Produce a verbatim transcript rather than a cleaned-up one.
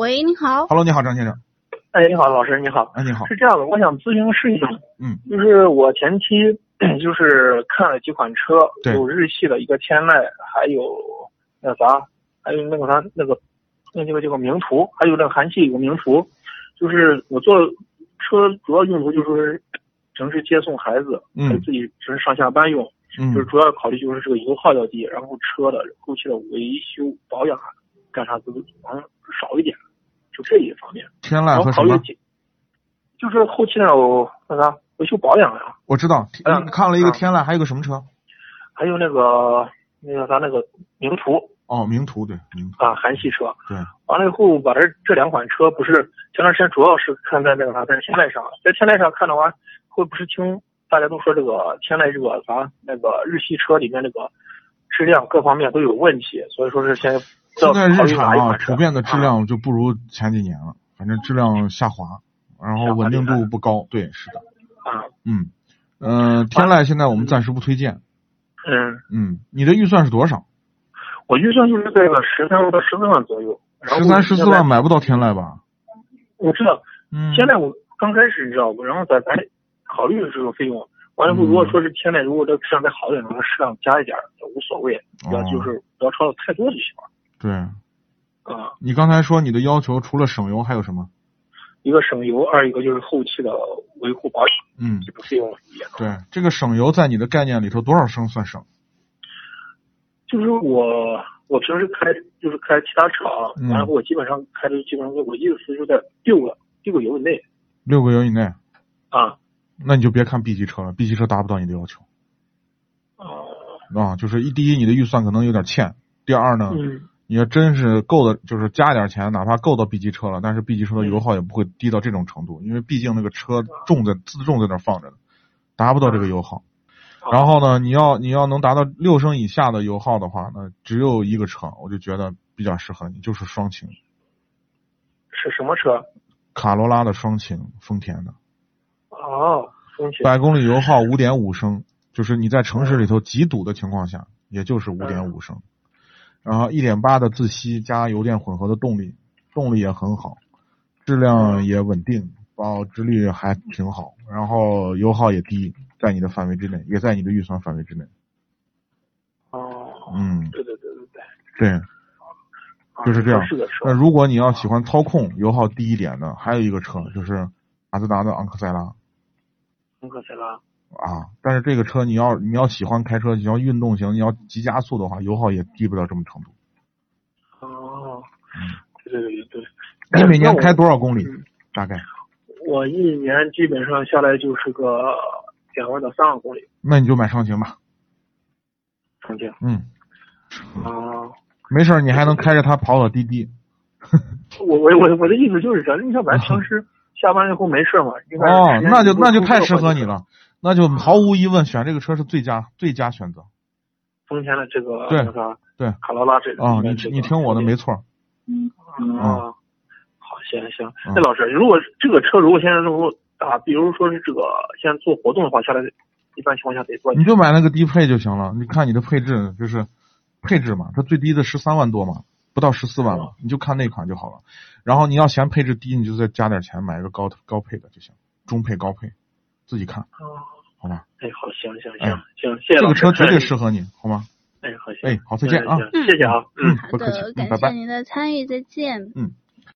喂，你好。 Hello， 你好，张先生。 哎，你好，老师，你好。 哎，你好。 是这样的，我想咨询个事情。 嗯。 就是我前期就是看了几款车，有日系的一个天籁，还有那啥，还有那个啥那个那这个这个名图，还有那个韩系有个名图。就是我坐车主要用途就是城市接送孩子， 嗯， 还有自己城市上下班用。 嗯。 就是主要考虑就是这个油耗要低，然后车的后期的维修保养干啥都往少一点。就这一方面， 天籁和什么？ 就是后期那种那啥维修保养呀。 我知道，你看了一个天籁，还有个什么车？ 还有那个那个啥那个名图。 哦，名图对，名图啊，韩系车。 对。 完了以后，把这这两款车不是前段时间主要是看在那个啥，在天籁上，在天籁上看的话，会不是听大家都说这个天籁这个啥那个日系车里面那个质量各方面都有问题，所以说是先。 现在日产啊，普遍的质量就不如前几年了，反正质量下滑，然后稳定度不高。对，是的。 啊。 嗯，呃，天籁现在我们暂时不推荐。 嗯。 嗯，你的预算是多少？ 我预算就是在个十三到十四万左右。 十三十四万买不到天籁吧？ 我知道。 嗯。 现在我刚开始你知道不？然后咱咱考虑这种费用。完了以后，如果说是天籁，如果这个质量再好一点，能适当加一点也无所谓，不要就是不要超的太多就行了。 对。 啊。 你刚才说你的要求除了省油还有什么？ 一个省油，二一个就是后期的维护保养。 嗯。 这个费用也能。 对，这个省油在你的概念里头多少升算省？ 就是我我平时开就是开其他车啊， 嗯、 完了我基本上开的基本上我意思就在六个六个油以内。 六个油以内。 啊。 那你就别看 B 级车了 ，B 级车达不到你的要求。 哦。 啊，就是一第一你的预算可能有点欠，第二呢。 嗯。 你要真是够的，就是加点钱，哪怕够到 B 级车了，但是 B 级车的油耗也不会低到这种程度，因为毕竟那个车重在自重在那放着呢，达不到这个油耗。然后呢，你要你要能达到六升以下的油耗的话，那只有一个车，我就觉得比较适合你，就是双擎。 是什么车？ 卡罗拉的双擎，丰田的。 哦，丰田。 百公里油耗五点五升，就是你在城市里头极堵的情况下，也就是五点五升。嗯，然后 一点八 的自吸加油电混合的动力，动力也很好，质量也稳定，保值率还挺好，然后油耗也低，在你的范围之内，也在你的预算范围之内。 哦。 嗯。 对对对对对。 对。就是这样。 是的是。 那如果你要喜欢操控，油耗低一点的，还有一个车就是马自达的昂克赛拉。 昂克赛拉。 啊，但是这个车你要你要喜欢开车，你要运动型，你要急加速的话，油耗也低不到这么程度。 哦。 嗯。 对对对对。 你每年开多少公里？嗯、大概？ 我一年基本上下来就是个两万到三万公里。 那你就买双擎吧。 双擎。 嗯。 啊。 没事，你还能开着它跑跑滴滴。 我我我我的意思就是这，你像咱平时下班以后没事嘛。 哦，那就那就太适合你了。那就毫无疑问选这个车是最佳最佳选择。 丰田的这个对那啥对卡罗拉这个。 哦，你你听我的没错。 嗯。啊。好，行行。那老师，如果这个车如果现在如果打，比如说是这个现在做活动的话，下来一般情况下得多少钱？ 你就买那个低配就行了。你看你的配置就是配置嘛，它最低的十三万多嘛，不到十四万嘛，你就看那款就好了。然后你要嫌配置低，你就再加点钱买一个高高配的就行，中配高配。自己看，好吧？ 哎，好，行行行行，谢谢这个车绝对适合你，好吗？ 哎，好， 哎，好，再见啊！ 谢谢啊， 嗯， 好的，感谢您的参与，再见。 嗯。